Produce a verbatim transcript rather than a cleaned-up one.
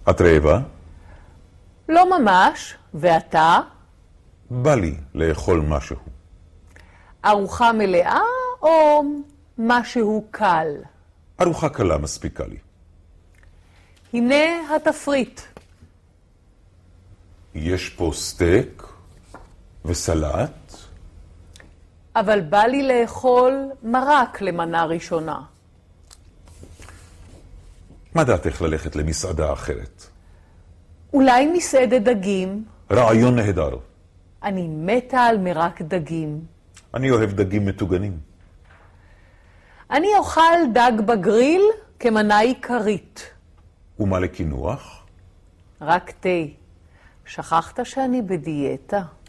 את רעבה? לא ממש. ואתה? בא לי לאכול משהו. ארוחה מלאה או משהו קל? ארוחה קלה מספיקה לי. הנה התפריט. יש פה סטייק וסלט. אבל בא לי לאכול מרק למנה ראשונה. מה דעתך ללכת למסעדה אחרת? אולי מסעדת דגים? רעיון נהדר. אני מתה על מרק דגים. אני אוהב דגים מטוגנים. אני אוכל דג בגריל כמנה עיקרית. ומה לקינוח? רק תה. שכחת שאני בדיאטה.